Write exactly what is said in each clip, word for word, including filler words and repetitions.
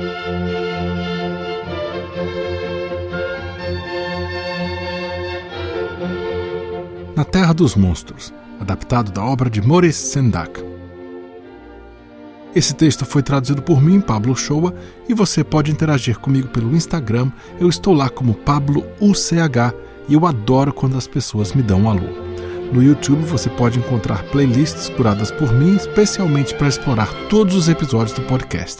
Na Terra dos Monstros, adaptado da obra de Maurice Sendak. Esse texto foi traduzido por mim, Pablo Shoa, e você pode interagir comigo pelo Instagram. Eu estou lá como Pablo U C H e eu adoro quando as pessoas me dão um alô. No YouTube você pode encontrar playlists curadas por mim, especialmente para explorar todos os episódios do podcast.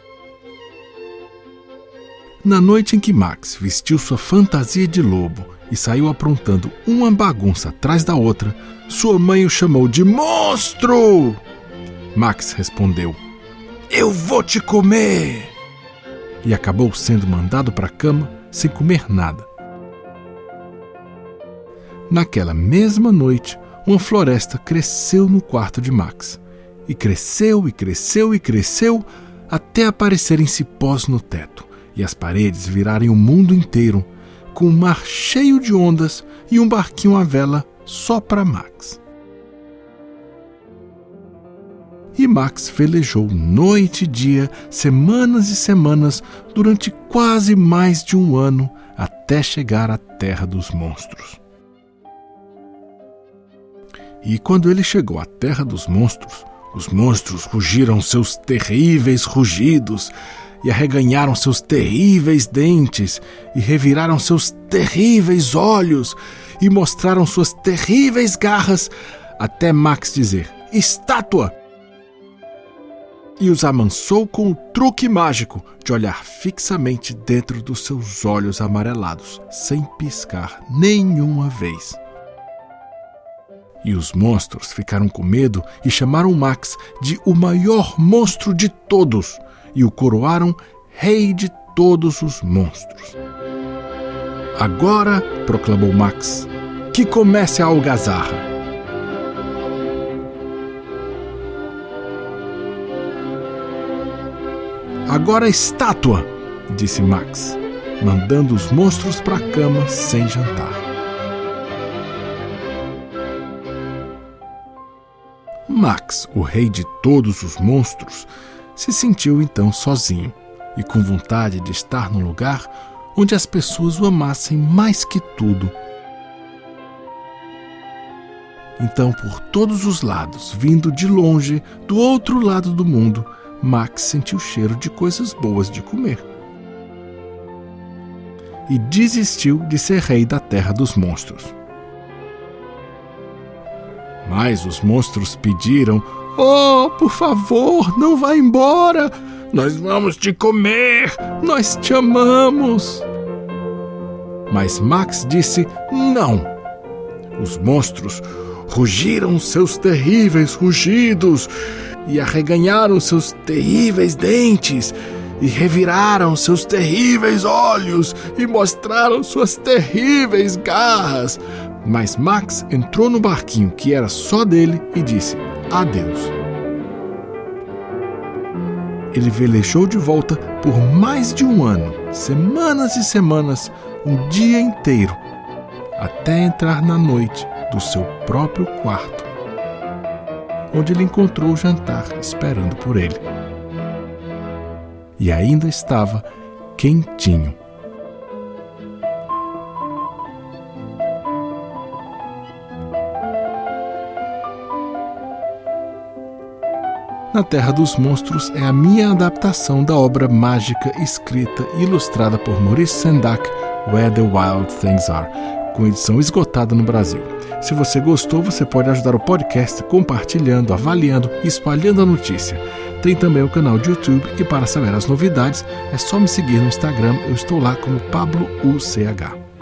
Na noite em que Max vestiu sua fantasia de lobo e saiu aprontando uma bagunça atrás da outra, sua mãe o chamou de monstro! Max respondeu: "Eu vou te comer!" E acabou sendo mandado para a cama sem comer nada. Naquela mesma noite, uma floresta cresceu no quarto de Max. E cresceu, e cresceu, e cresceu, até aparecerem cipós no teto e as paredes virarem o mundo inteiro, com um mar cheio de ondas e um barquinho à vela só para Max. E Max velejou noite e dia, semanas e semanas, durante quase mais de um ano, até chegar à Terra dos Monstros. E quando ele chegou à Terra dos Monstros, os monstros rugiram seus terríveis rugidos, e arreganharam seus terríveis dentes, e reviraram seus terríveis olhos, e mostraram suas terríveis garras, até Max dizer: "Estátua!" E os amansou com o truque mágico de olhar fixamente dentro dos seus olhos amarelados, sem piscar nenhuma vez. E os monstros ficaram com medo e chamaram Max de o maior monstro de todos, e o coroaram rei de todos os monstros. "Agora", proclamou Max, "que comece a algazarra." "Agora estátua", disse Max, mandando os monstros para a cama sem jantar. Max, o rei de todos os monstros, se sentiu então sozinho e com vontade de estar num lugar onde as pessoas o amassem mais que tudo. Então, por todos os lados, vindo de longe, do outro lado do mundo, Max sentiu o cheiro de coisas boas de comer. E desistiu de ser rei da Terra dos Monstros. Mas os monstros pediram: "Oh, por favor, não vá embora! Nós vamos te comer! Nós te amamos!" Mas Max disse não. Os monstros rugiram seus terríveis rugidos e arreganharam seus terríveis dentes e reviraram seus terríveis olhos e mostraram suas terríveis garras. Mas Max entrou no barquinho que era só dele e disse adeus. Ele velejou de volta por mais de um ano, semanas e semanas, um dia inteiro, até entrar na noite do seu próprio quarto, onde ele encontrou o jantar esperando por ele. E ainda estava quentinho. Na Terra dos Monstros é a minha adaptação da obra mágica escrita e ilustrada por Maurice Sendak, Where the Wild Things Are, com edição esgotada no Brasil. Se você gostou, você pode ajudar o podcast compartilhando, avaliando e espalhando a notícia. Tem também o canal de YouTube e para saber as novidades é só me seguir no Instagram, eu estou lá como Pablo U C H.